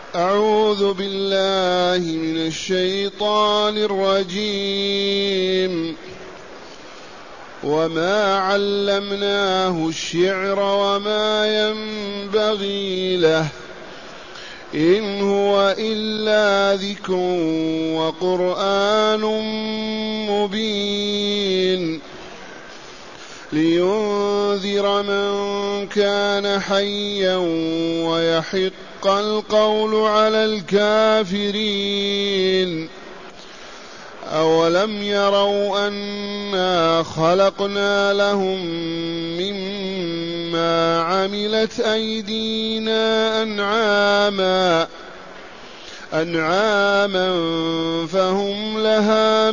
أعوذ بالله من الشيطان الرجيم. وما علمناه الشعر وما ينبغي له إن هو إلا ذكر وقرآن مبين لينذر من كان حيا ويحق القول على الكافرين. أولم يروا أنا خلقنا لهم مما عملت أيدينا أنعاما فهم لها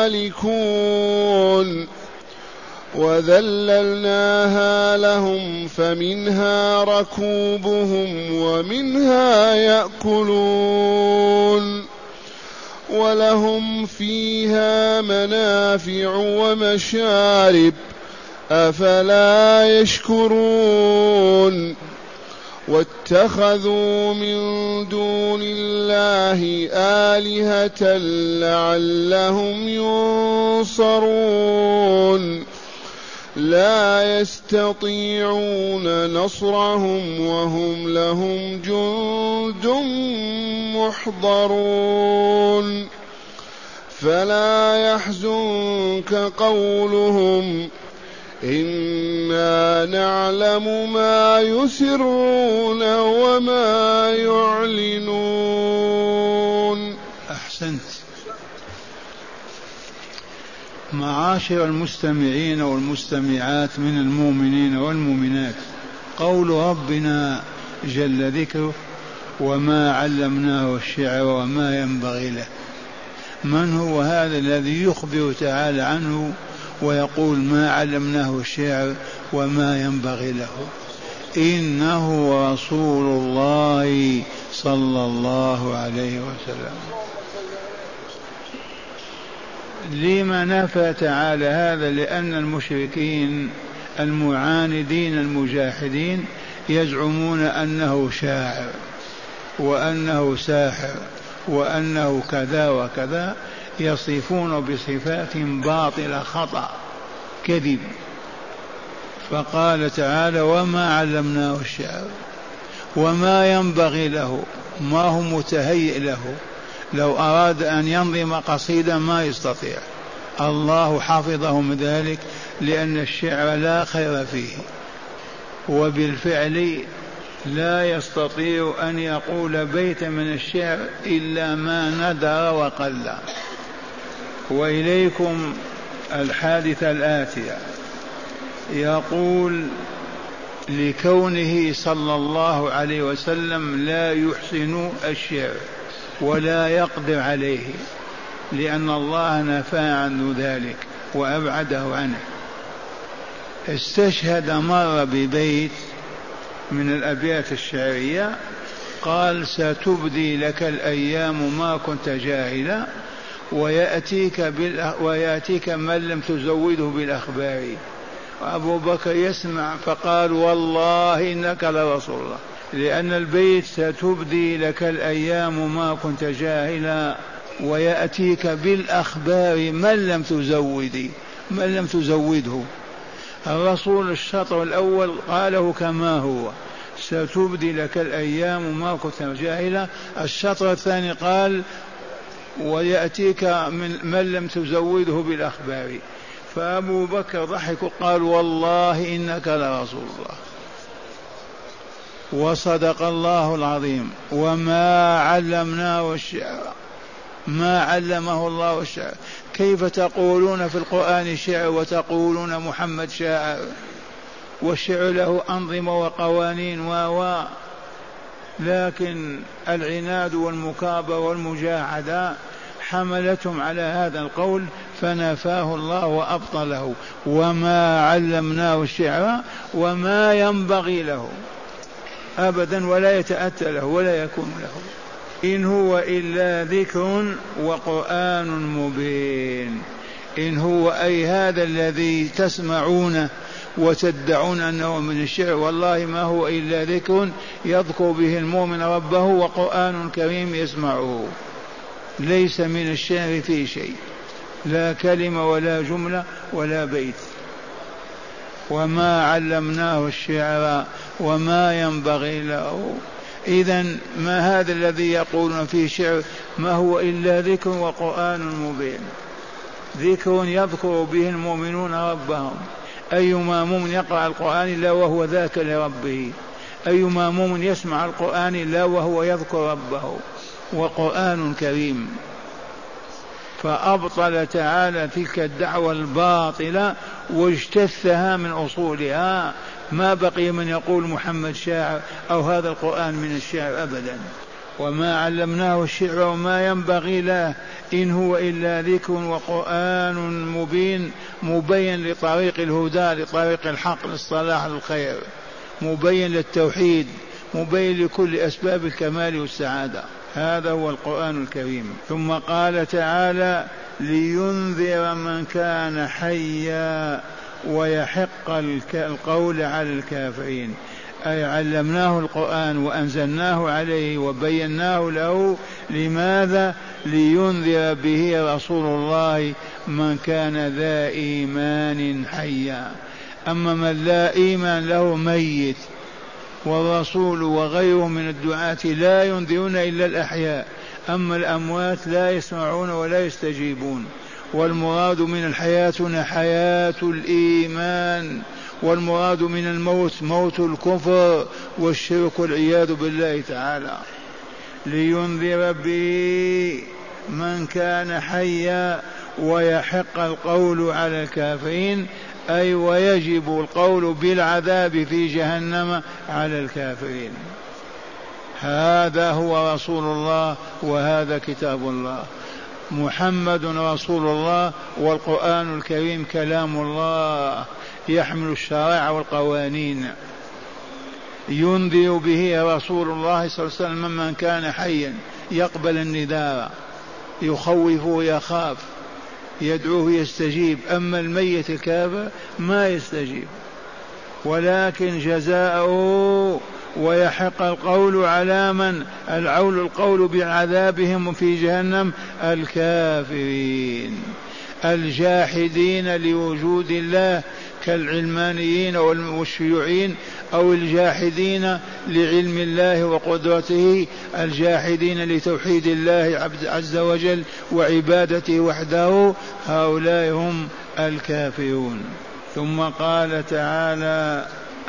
مالكون وذللناها لهم فمنها ركوبهم ومنها يأكلون ولهم فيها منافع ومشارب أفلا يشكرون. واتخذوا من دون الله آلهة لعلهم ينصرون لا يستطيعون نصرهم وهم لهم جند محضرون. فلا يحزنك قولهم إنا نعلم ما يسرون وما يعلنون. أحسنت. معاشر المستمعين والمستمعات من المؤمنين والمؤمنات، قول ربنا جل ذكره وما علمناه الشعر وما ينبغي له. من هو هذا الذي يخبر تعالى عنه ويقول ما علمناه الشعر وما ينبغي له؟ إنه رسول الله صلى الله عليه وسلم. لما نفى تعالى هذا؟ لأن المشركين المعاندين المجاحدين يزعمون أنه شاعر وأنه ساحر وأنه كذا وكذا، يصفون بصفات باطلة خطأ كذب. فقال تعالى وما علمناه الشعر وما ينبغي له، ما هو متهيئ له. لو أراد أن ينظم قصيدة ما يستطيع، الله حفظه من ذلك، لأن الشعر لا خير فيه، وبالفعل لا يستطيع أن يقول بيتا من الشعر إلا ما ندر وقل. وإليكم الحادثة الآتية. يقول لكونه صلى الله عليه وسلم لا يحسن الشعر ولا يقدر عليه، لأن الله نفى عنه ذلك وأبعده عنه. استشهد مرة ببيت من الأبيات الشعرية، قال لك الأيام ما كنت جاهلا ويأتيك من لم تزوده بالأخبار. أبو بكر يسمع فقال والله إنك لرسول الله، لأن البيت ستبدي لك الأيام ما كنت جاهلا ويأتيك بالأخبار من لم تزوده. الرسول الشطر الأول قاله كما هو، ستبدي لك الأيام ما كنت جاهلا. الشطر الثاني قال ويأتيك من لم تزوده بالأخبار. فأبو بكر ضحك وقال والله إنك لرسول الله. وصدق الله العظيم. وما علمناه الشعر، ما علمه الله الشعر. كيف تقولون في القرآن شعر وتقولون محمد شاعر؟ والشعر له أنظمة وقوانين لكن العناد والمكابرة والمجاهدة حملتهم على هذا القول فنفاه الله وأبطله. وما علمناه الشعر وما ينبغي له أبدا، ولا يتأتى له ولا يكون له. إن هو إلا ذكر وقرآن مبين. إن هو أي هذا الذي تسمعونه وتدعون أنه من الشعر، والله ما هو إلا ذكر يذكر به المؤمن ربه وقرآن كريم يسمعه، ليس من الشعر في شيء، لا كلمة ولا جملة ولا بيت. وما علمناه الشعر وما ينبغي له. إذن ما هذا الذي يقولون فيه شعر؟ ما هو إلا ذكر وقرآن مبين، ذكر يذكر به المؤمنون ربهم. أيما مؤمن يقرأ القرآن إلا وهو ذاكر لربه، أيما مؤمن يسمع القرآن إلا وهو يذكر ربه، وقرآن كريم. فأبطل تعالى تلك الدعوة الباطلة واجتثها من أصولها، ما بقي من يقول محمد شاعر أو هذا القرآن من الشعر أبدا. وما علمناه الشعر وما ينبغي له، إن هو إلا ذكر وقرآن مبين، مبين لطريق الهدى، لطريق الحق، للصلاح، للخير، مبين للتوحيد، مبين لكل أسباب الكمال والسعادة. هذا هو القرآن الكريم. ثم قال تعالى: لينذر من كان حيا ويحق القول على الكافرين. أي علمناه القرآن وأنزلناه عليه وبيناه له. لماذا؟ لينذر به رسول الله من كان ذا إيمان حيا. أما من لا إيمان له ميت، والرسول وغيره من الدعاة لا ينذرون إلا الأحياء، أما الأموات لا يسمعون ولا يستجيبون. والمراد من الحياة هنا حياة الإيمان، والمراد من الموت موت الكفر والشرك والعياذ بالله تعالى. لينذر به من كان حيا ويحق القول على الكافرين، أي ويجب القول بالعذاب في جهنم على الكافرين. هذا هو رسول الله وهذا كتاب الله. محمد رسول الله والقرآن الكريم كلام الله يحمل الشرائع والقوانين. ينذر به رسول الله صلى الله عليه وسلم من كان حيا، يقبل النداء، يخوف يخاف، يدعوه يستجيب. أما الميت الكافر ما يستجيب. ولكن جزاؤه ويحق القول على من؟ القول بعذابهم في جهنم الكافرين الجاحدين لوجود الله كالعلمانيين والشيوعيين، أو الجاحدين لعلم الله وقدرته، الجاحدين لتوحيد الله عز وجل وعبادته وحده، هؤلاء هم الكافرون. ثم قال تعالى: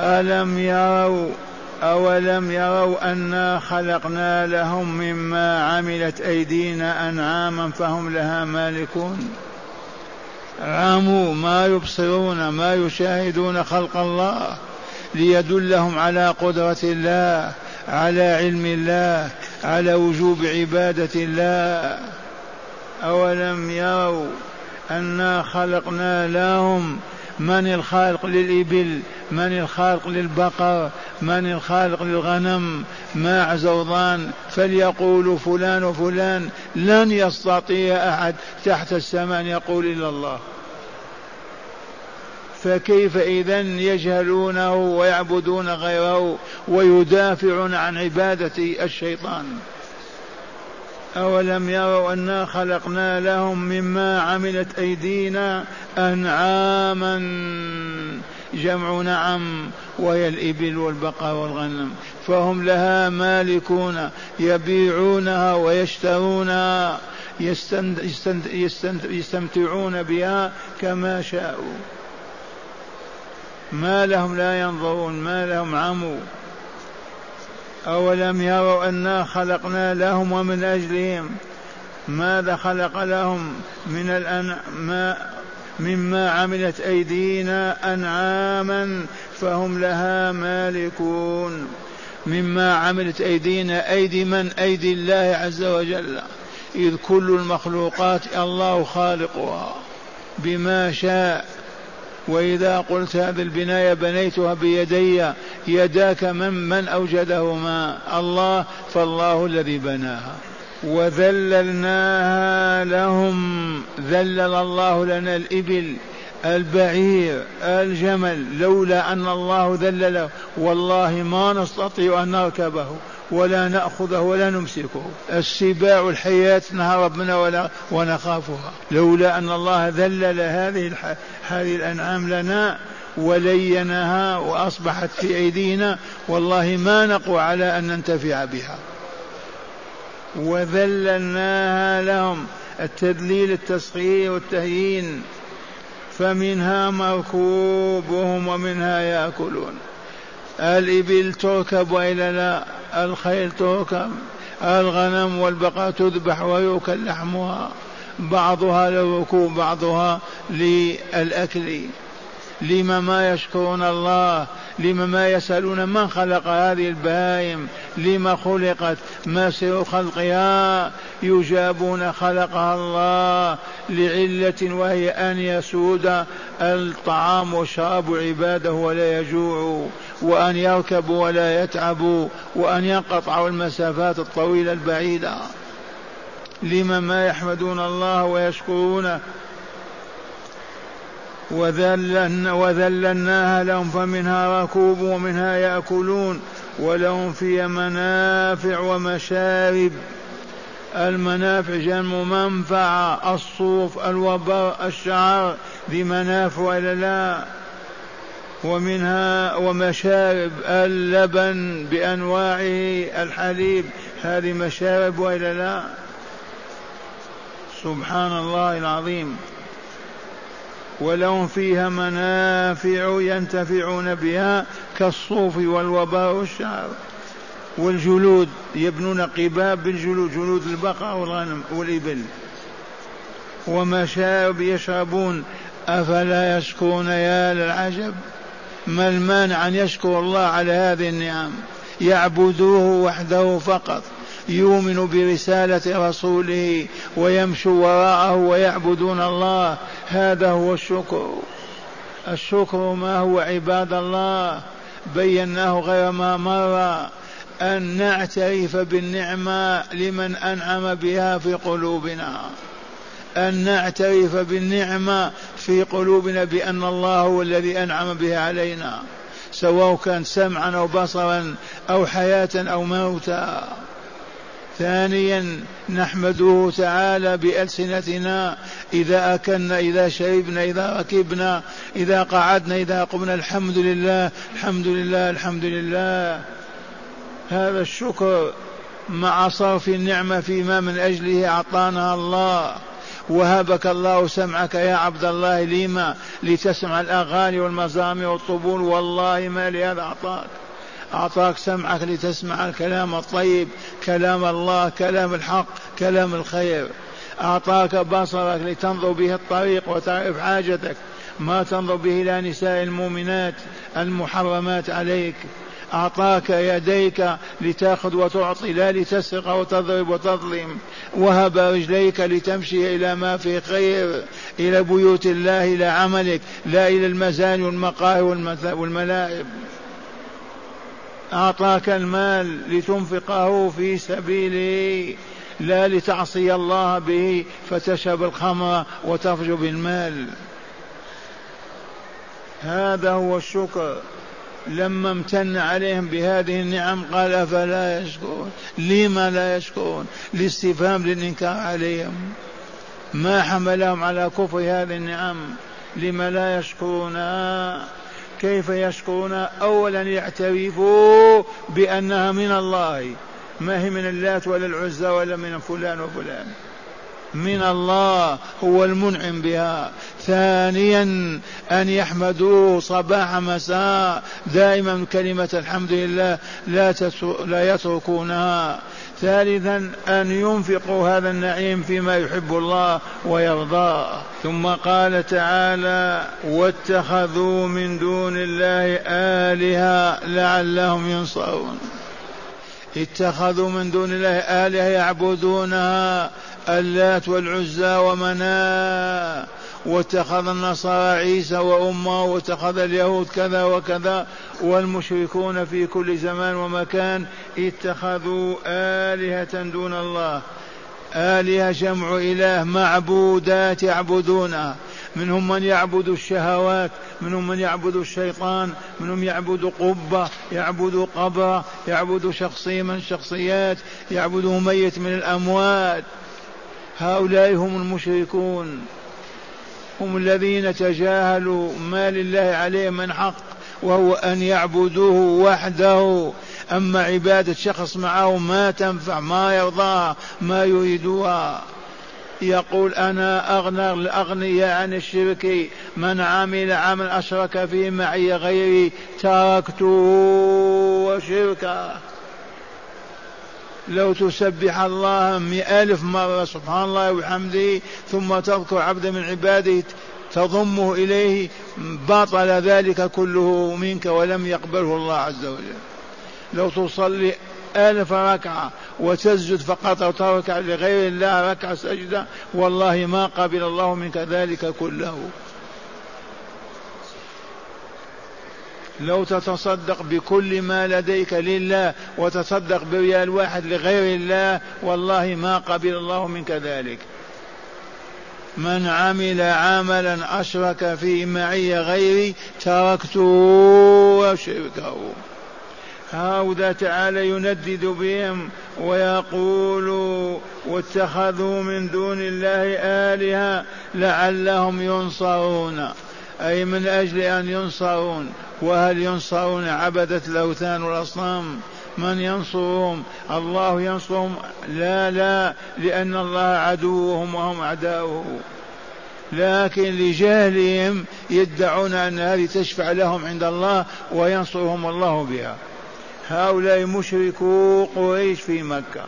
أولم يروا أنا خلقنا لهم مما عملت أيدينا أنعاما فهم لها مالكون. عموا، ما يبصرون ما يشاهدون خلق الله ليدلهم على قدرة الله، على علم الله، على وجوب عبادة الله. أولم يروا أنا خلقنا لهم، من الخالق للإبل، من الخالق للبقر، من الخالق للغنم، ماعز وضان، فليقولوا فلان وفلان. لن يستطيع أحد تحت السماء أن يقول إلا الله. فكيف إذن يجهلونه ويعبدون غيره ويدافعون عن عبادة الشيطان؟ أولم يروا أنا خلقنا لهم مما عملت أيدينا أنعاما، جمع نعم، وهي الإبل والبقر والغنم، فهم لها مالكون، يبيعونها ويشترونها، يستمتعون بها كما شاءوا. ما لهم لا ينظرون، ما لهم عموا. أولم يروا أنا خلقنا لهم، ومن أجلهم ماذا خلق لهم؟ مما عملت أيدينا أنعاما فهم لها مالكون. مما عملت أيدينا، أيدي من؟ أيدي الله عز وجل، إذ كل المخلوقات الله خالقها بما شاء. وإذا قلت هذه البناية بنيتها بيدي، يداك من أوجدهما؟ الله، فالله الذي بناها. وذللناها لهم، ذلل الله لنا الإبل البعير الجمل لولا أن الله ذلله والله ما نستطيع أن نركبه ولا نأخذه ولا نمسكه. السباع الحياة نهرب منها ونخافها، لولا أن الله ذلل هذه الأنعام لنا ولينها وأصبحت في أيدينا والله ما نقوى على أن ننتفع بها. وذللناها لهم، التذليل التسخير والتهيين. فمنها مركوبهم ومنها يأكلون. الإبل تركب وإلا لا؟ الخيل تركب، الغنم والبقر تذبح ويؤكل لحمها، بعضها للركوب بعضها للأكل. لما ما يشكرون الله؟ لما ما يسألون من خلق هذه البهائم؟ لما خلقت؟ ما سر خلقها؟ يجابون خلقها الله لعلة وهي أن يسود الطعام والشراب عباده ولا يجوعوا، وأن يركبوا ولا يتعبوا، وأن ينقطعوا المسافات الطويلة البعيدة. لما ما يحمدون الله ويشكرونه. وذللناها لهم فمنها ركوب ومنها يأكلون ولهم فيها منافع ومشارب. المنافع جمع منفعة، الصوف الوبر الشعر ذي منافع ولا لا؟ ومنها ومشارب اللبن بأنواعه، الحليب هذه مشارب ولا لا؟ سبحان الله العظيم. ولهم فيها منافع ينتفعون بها كالصوف والوبر والشعر والجلود، يبنون قباب بالجلود، جلود البقر والغنم والإبل. ومشارب يشربون. أفلا يشكرون؟ يا للعجب. ما المانع أن يشكر الله على هذه النعم؟ يعبدوه وحده فقط، يؤمن برسالة رسوله ويمشوا وراءه ويعبدون الله. هذا هو الشكر. الشكر ما هو عباد الله؟ بيناه غير ما مر. أن نعترف بالنعمة لمن أنعم بها في قلوبنا، أن نعترف بالنعمة في قلوبنا بأن الله هو الذي أنعم بها علينا، سواء كان سمعا أو بصرا أو حياة أو موتا. ثانيا نحمده تعالى بألسنتنا، إذا أكلنا، إذا شربنا، إذا ركبنا، إذا قعدنا، إذا قمنا، الحمد لله الحمد لله الحمد لله. هذا الشكر مع صرف النعمة فيما من أجله أعطانا الله. وهبك الله سمعك يا عبد الله، لما؟ لتسمع الأغاني والمزامير والطبول، والله ما لهذا أعطاك سمعك لتسمع الكلام الطيب، كلام الله، كلام الحق، كلام الخير. أعطاك بصرك لتنظر به الطريق وتعرف حاجتك، ما تنظر به إلى نساء المؤمنات المحرمات عليك. أعطاك يديك لتأخذ وتعطي، لا لتسرق وتضرب وتظلم. وهب رجليك لتمشي إلى ما في خير، إلى بيوت الله، إلى عملك، لا إلى المزاني والمقاهي والملاعب. أعطاك المال لتنفقه في سبيله، لا لتعصي الله به فتشرب الخمر وتفجر بالمال. هذا هو الشكر. لما امتن عليهم بهذه النعم قال أفلا يشكرون؟ لما لا يشكرون؟ الاستفهام للإنكار عليهم. ما حملهم على كفر هذه النعم؟ لما لا يشكرون؟ كيف يشكرون؟ أولا يعترفوا بأنها من الله، ما هي من اللات ولا العزى ولا من فلان وفلان، من الله هو المنعم بها. ثانيا أن يحمدوه صباح مساء دائما كلمة الحمد لله لا يتركونها. ثالثا أن ينفقوا هذا النعيم فيما يحب الله ويرضاه. ثم قال تعالى واتخذوا من دون الله آلهة لعلهم ينصرون. اتخذوا من دون الله آلهة يعبدونها، اللات والعزى ومناة. واتخذ النصارى عيسى وأمه، واتخذ اليهود كذا وكذا، والمشركون في كل زمان ومكان اتخذوا آلهة دون الله. آلهة جمع إله، معبودات يعبدونها. منهم من يعبد الشهوات، منهم من يعبد الشيطان، منهم يعبد قبة، يعبد قبر، يعبد شخصية من الشخصيات، يعبد ميت من الأموات. هؤلاء هم المشركون، هم الذين تجاهلوا ما لله عليهم من حق، وهو أن يعبدوه وحده. أما عبادة شخص معه ما تنفع، ما يرضاها، ما يريدها. يقول أنا أغنى الأغنياء عن الشرك، من عمل عمل أشرك فيه معي غيري تركته وشركه. لو تسبح الله 100,000 مرة سبحان الله وبحمده ثم تذكر عبدا من عباده تضمه إليه بطل ذلك كله منك ولم يقبله الله عز وجل. لو تصلي 1000 ركعة وتسجد فقط أو تركع لغير الله ركعة سجدة والله ما قبل الله منك ذلك كله. لو تتصدق بكل ما لديك لله وتصدق بريال واحد لغير الله والله ما قبل الله منك ذلك. من عمل عملا أشرك فيه معي غيري تركته وشركه. هؤلاء تعالى يندد بهم ويقول واتخذوا من دون الله آلهة لعلهم ينصرون، أي من أجل أن ينصرون. وهل ينصرون عبدة الأوثان والأصنام؟ من ينصرهم؟ الله ينصرهم؟ لا، لأن الله عدوهم وهم أعداؤه، لكن لجهلهم يدعون أن هذه تشفع لهم عند الله وينصرهم الله بها. هؤلاء مشركو قريش في مكة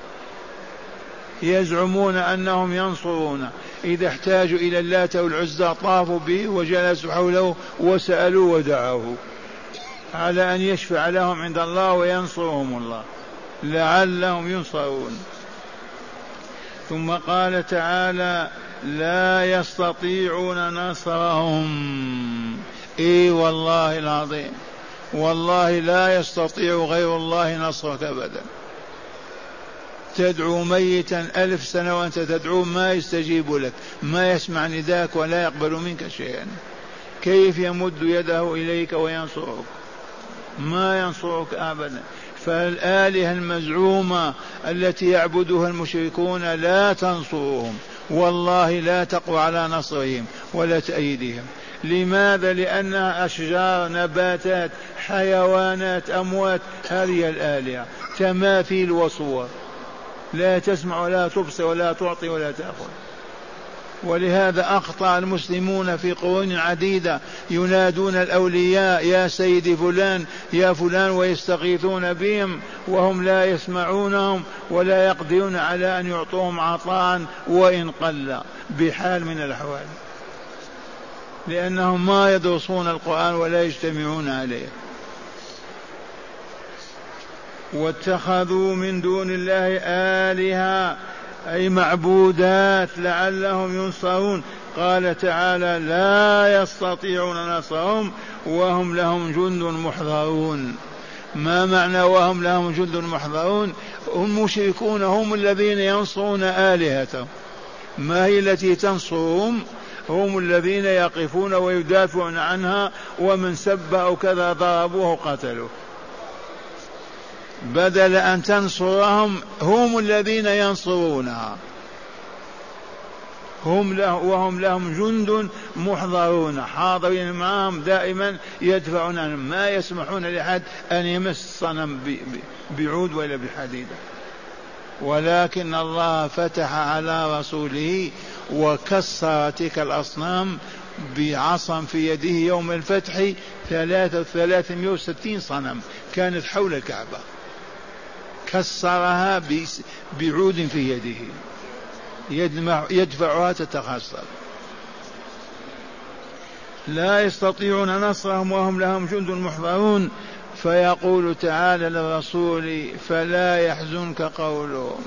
يزعمون أنهم ينصرون، إذا احتاجوا إلى اللات والعزى طافوا به وجلسوا حوله وسألوا ودعوه على أن يشفع لهم عند الله وينصرهم الله لعلهم ينصرون. ثم قال تعالى لا يستطيعون نصرهم. إي والله العظيم، والله لا يستطيع غير الله نصرك أبدا. تدعو ميتا 1000 سنة وأنت تدعو ما يستجيب لك، ما يسمع نداك ولا يقبل منك شيئا. كيف يمد يده إليك وينصرك؟ ما ينصرك أبدا. فالآلهة المزعومة التي يعبدها المشركون لا تنصرهم، والله لا تقوى على نصرهم ولا تأييدهم. لماذا؟ لأنها أشجار، نباتات، حيوانات، أموات. هذه الآلهة تماثيل وصور، لا تسمع ولا تبصر ولا تعطي ولا تأخذ. ولهذا أخطأ المسلمون في قرون عديدة ينادون الأولياء يا سيدي فلان يا فلان ويستغيثون بهم وهم لا يسمعونهم ولا يقدرون على أن يعطوهم عطاء وإن قل بحال من الأحوال، لأنهم ما يدرسون القرآن ولا يجتمعون عليه. واتخذوا من دون الله آلهة أي معبودات لعلهم ينصرون. قال تعالى لا يستطيعون نصرهم وهم لهم جند محضرون. ما معنى وهم لهم جند محضرون؟ هم مشركون، هم الذين ينصرون آلهتهم. ما هي التي تنصرهم؟ هم الذين يقفون ويدافعون عنها، ومن سب أو كذا ضربوه قتلوه. بدل أن تنصرهم هم الذين ينصرونها، وهم لهم جند محضرون حاضرين معهم دائما يدفعون عنهم، ما يسمحون لأحد أن يمس صنم بعود ولا بحديدة. ولكن الله فتح على رسوله وكسر تلك الأصنام بعصا في يده يوم الفتح 360 صنم كانت حول الكعبة، كسرها بعود في يده يدفعها تتخسر. لا يستطيعون نصرهم وهم لهم جند محضرون. فيقول تعالى للرسول فلا يحزنك قولهم،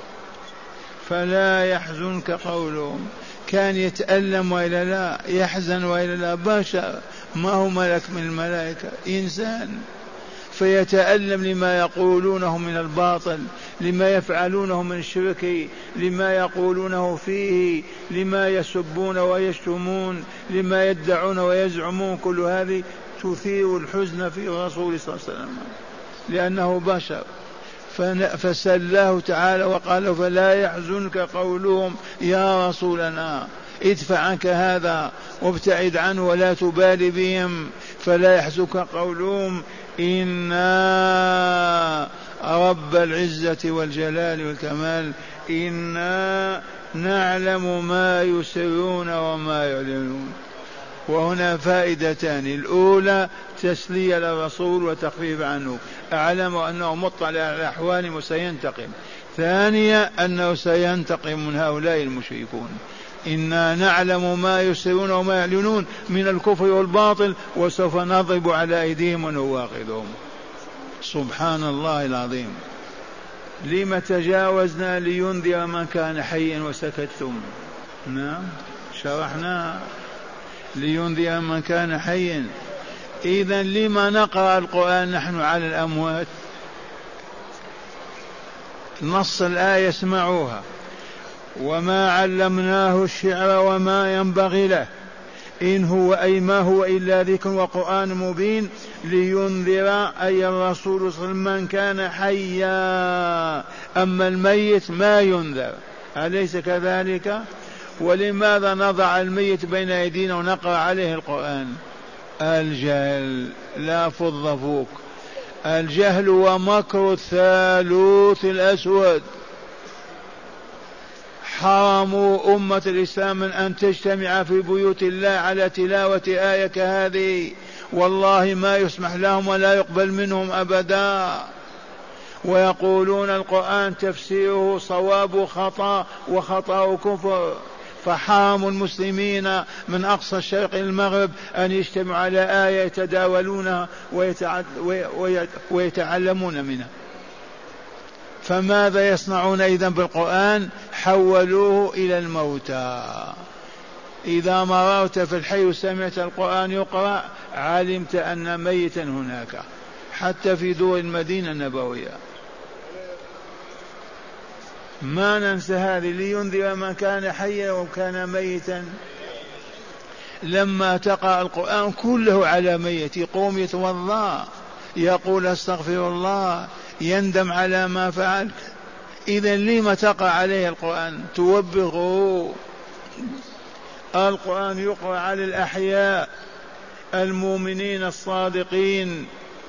فلا يحزنك قولهم. كان يتألم وإلا لا، يحزن وإلا لا، بشر، ما هو ملك من الملائكة، إنسان. فيتألم لما يقولونه من الباطل، لما يفعلونه من الشرك، لما يقولونه فيه، لما يسبون ويشتمون، لما يدعون ويزعمون. كل هذه تثير الحزن في الرسول صلى الله عليه وسلم لأنه بشر. فسلاه تعالى وقال فلا يحزنك قولهم يا رسولنا، ادفع عنك هذا وابتعد عنه ولا تبالي بهم. فلا يحزنك قولهم إنا رب العزة والجلال والكمال إنا نعلم ما يسرون وما يعلنون. وهنا فائدتان: الأولى تسلية للرسول وتخفيف عنه، أعلم أنه مطلع على الأحوال وسينتقم. ثانيا أنه سينتقم من هؤلاء المشركون. إنا نعلم ما يسرون وما يعلنون من الكفر والباطل وسوف نضرب على أيديهم ونواخذهم. سبحان الله العظيم. لما تجاوزنا لينذر من كان حيا وسكتتم؟ نعم شرحنا لينذر من كان حيا. إذن لما نقرأ القرآن نحن على الأموات؟ نص الآية اسمعوها: وما علمناه الشعر وما ينبغي له إن هو أي ما هو إلا ذكر وقرآن مبين لينذر أي الرسول صلى الله عليه وسلم من كان حيا، أما الميت ما ينذر. أليس كذلك؟ ولماذا نضع الميت بين أيدينا ونقرأ عليه القرآن؟ الجهل. لا فض فوق. الجهل ومكر الثالوث الأسود. حرموا أمة الإسلام من أن تجتمع في بيوت الله على تلاوة آية كهذه، والله ما يسمح لهم ولا يقبل منهم أبدا. ويقولون القرآن تفسيره صواب خطأ وخطأ كفر. فحرموا المسلمين من أقصى الشرق إلى المغرب أن يجتمعوا على آية يتداولونها ويتعلمون منها. فماذا يصنعون إذن بالقرآن؟ حولوه إلى الموتى. إذا مررت في الحي وسمعت القرآن يقرأ علمت أن ميتا هناك، حتى في دور المدينة النبوية. ما ننسى هذه: لينذر من كان حيا وكان ميتا. لما تقرأ القرآن كله على ميت يقوم يتوضأ، يقول استغفر الله، يندم على ما فعل. إذن لما تقرأ عليه القرآن؟ توبخه. القرآن يقرأ على الأحياء المؤمنين الصادقين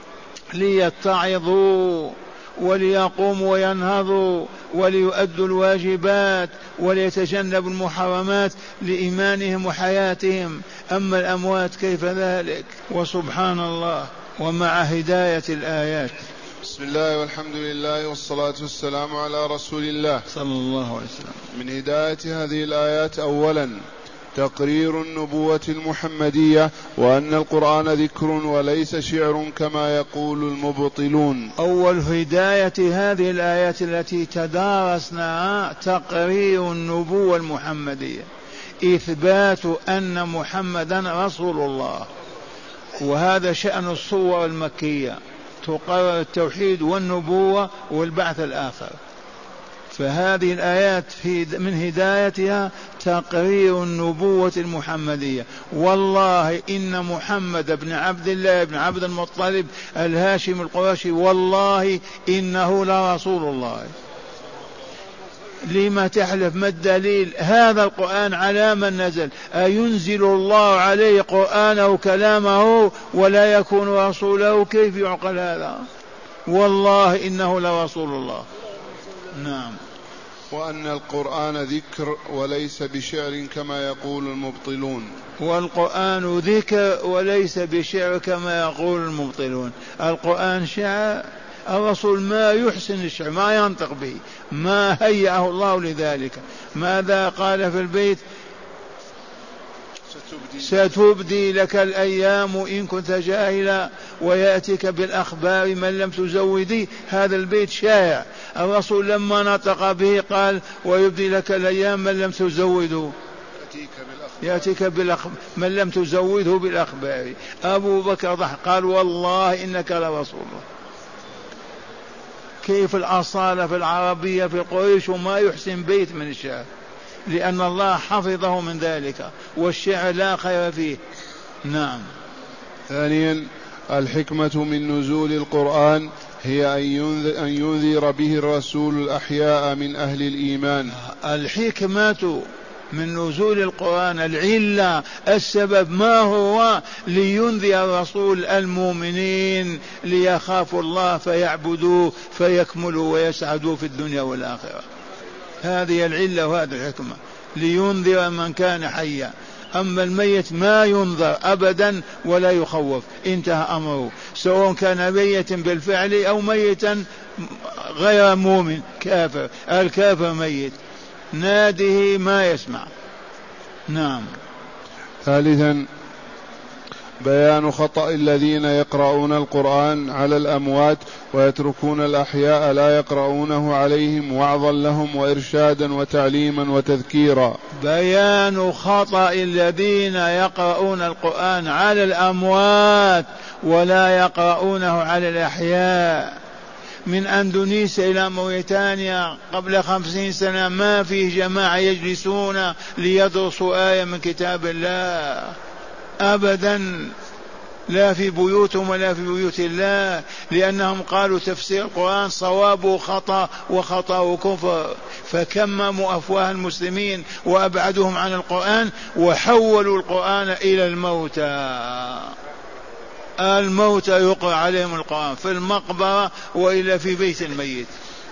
ليتعظوا وليقوموا وينهضوا وليؤدوا الواجبات وليتجنبوا المحرمات لإيمانهم وحياتهم. أما الأموات كيف ذلك؟ وسبحان الله. ومع هداية الآيات. بسم الله والحمد لله والصلاة والسلام على رسول الله صلى الله عليه وسلم. من هداية هذه الآيات: أولا تقرير النبوة المحمدية، وأن القرآن ذكر وليس شعر كما يقول المبطلون. أول هداية هذه الآيات التي تدارسناها تقرير النبوة المحمدية، إثبات أن محمدا رسول الله. وهذا شأن الصور المكية، تقرر التوحيد والنبوة والبعث الآخر. فهذه الآيات من هدايتها تقرير النبوة المحمدية. والله إن محمد بن عبد الله بن عبد المطلب الهاشم القرشي والله إنه لرسول الله. لما تحلف؟ ما الدليل؟ هذا القرآن على من نزل؟ أينزل الله عليه قرآنه كلامه ولا يكون رسوله؟ كيف يعقل هذا؟ والله إنه لرسول الله. نعم. وأن القرآن ذكر وليس بشعر كما يقول المبطلون. والقرآن ذكر وليس بشعر كما يقول المبطلون. القرآن شعر، الرسول ما يحسن الشعر، ما ينطق به، ما هيأه الله لذلك. ماذا قال في البيت؟ ستبدي لك الأيام إن كنت جاهلا ويأتيك بالأخبار من لم تزودي. هذا البيت شائع. الرسول لما نطق به قال ويبدي لك الأيام من لم تزوده، يأتيك من لم تزوده بالأخبار. أبو بكر ضحك قال والله إنك لرسول الله. كيف الأصالة في العربية في قريش وما يحسن بيت من الشعر، لأن الله حفظه من ذلك، والشعر لا خير فيه. نعم. ثانيا الحكمة من نزول القرآن هي أن ينذر به الرسول الأحياء من أهل الإيمان. الحكمة من نزول القرآن، العلة السبب ما هو؟ لينذر الرسول المؤمنين ليخافوا الله فيعبدوه فيكملوا ويسعدوا في الدنيا والآخرة. هذه العلة وهذه الحكمة، لينذر من كان حيا. أما الميت ما ينذر أبدا ولا يخوف، انتهى أمره، سواء كان ميتا بالفعل أو ميتا غير مؤمن كافر. الكافر ميت ناده ما يسمع. نعم. ثالثا بيان خطأ الذين يقرؤون القرآن على الأموات ويتركون الأحياء لا يقرؤونه عليهم وعظا لهم وإرشادا وتعليما وتذكيرا. بيان خطأ الذين يقرؤون القرآن على الأموات ولا يقرؤونه على الأحياء. من أندونيسيا إلى موريتانيا قبل 50 سنة ما فيه جماعة يجلسون ليدرسوا آية من كتاب الله أبدا، لا في بيوتهم ولا في بيوت الله، لأنهم قالوا تفسير القرآن صوابه خطأ وخطأه كفر، فكمموا أفواه المسلمين وأبعدهم عن القرآن وحولوا القرآن إلى الموتى. الموتى يقرأ عليهم القرآن في المقبرة وإلا في بيت الميت.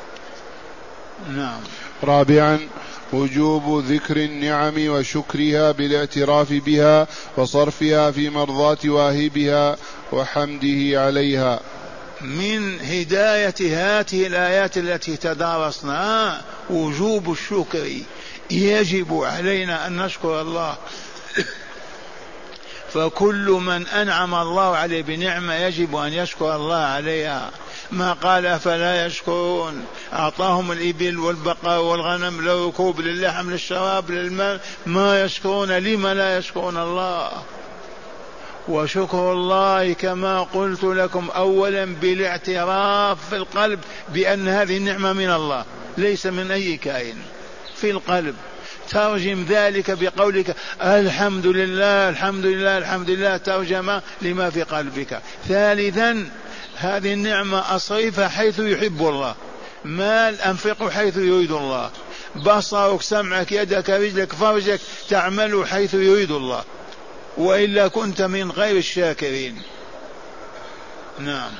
نعم. رابعا وجوب ذكر النعم وشكرها بالاعتراف بها وصرفها في مرضاة واهبها وحمده عليها. من هداية هذه الآيات التي تدارسنا وجوب الشكر، يجب علينا أن نشكر الله، فكل من أنعم الله عليه بنعمة يجب أن يشكر الله عليها. ما قال أفلا يشكرون؟ أعطاهم الإبل والبقر والغنم للركوب للحم للشراب للماء، ما يشكرون؟ لما لا يشكرون الله؟ وشكر الله كما قلت لكم أولا بالاعتراف في القلب بأن هذه النعمة من الله ليس من أي كائن، في القلب. ترجم ذلك بقولك الحمد لله الحمد لله الحمد لله، ترجمة لما في قلبك. ثالثا هذه النعمة أصرفها حيث يحب الله، مال أنفقه حيث يريد الله، بصرك سمعك يدك رجلك فرجك تعمل حيث يريد الله، وإلا كنت من غير الشاكرين. نعم.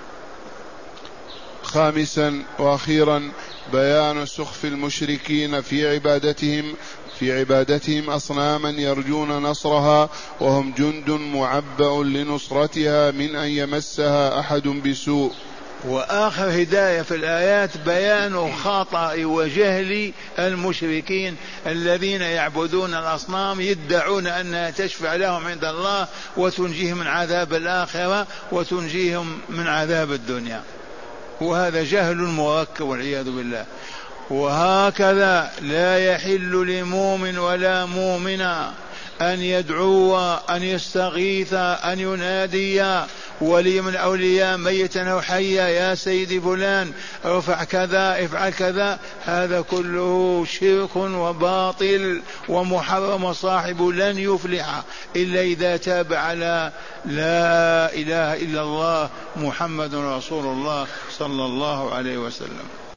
خامسا وأخيرا بيان سخف المشركين في عبادتهم أصناما يرجون نصرها وهم جند معبأ لنصرتها من أن يمسها أحد بسوء. وآخر هداية في الآيات بيان خطأ وجهل المشركين الذين يعبدون الأصنام يدعون أنها تشفع لهم عند الله وتنجيهم من عذاب الآخرة وتنجيهم من عذاب الدنيا، وهذا جهل مركب والعياذ بالله. وهكذا لا يحل لمؤمن ولا مؤمنة أن يدعو أن يستغيث أن ينادي ولي من أولياء ميتا أو حيا يا سيدي فلان ارفع كذا افعل كذا، هذا كله شرك وباطل ومحرم، وصاحبه لن يفلح إلا إذا تاب على لا إله إلا الله محمد رسول الله صلى الله عليه وسلم.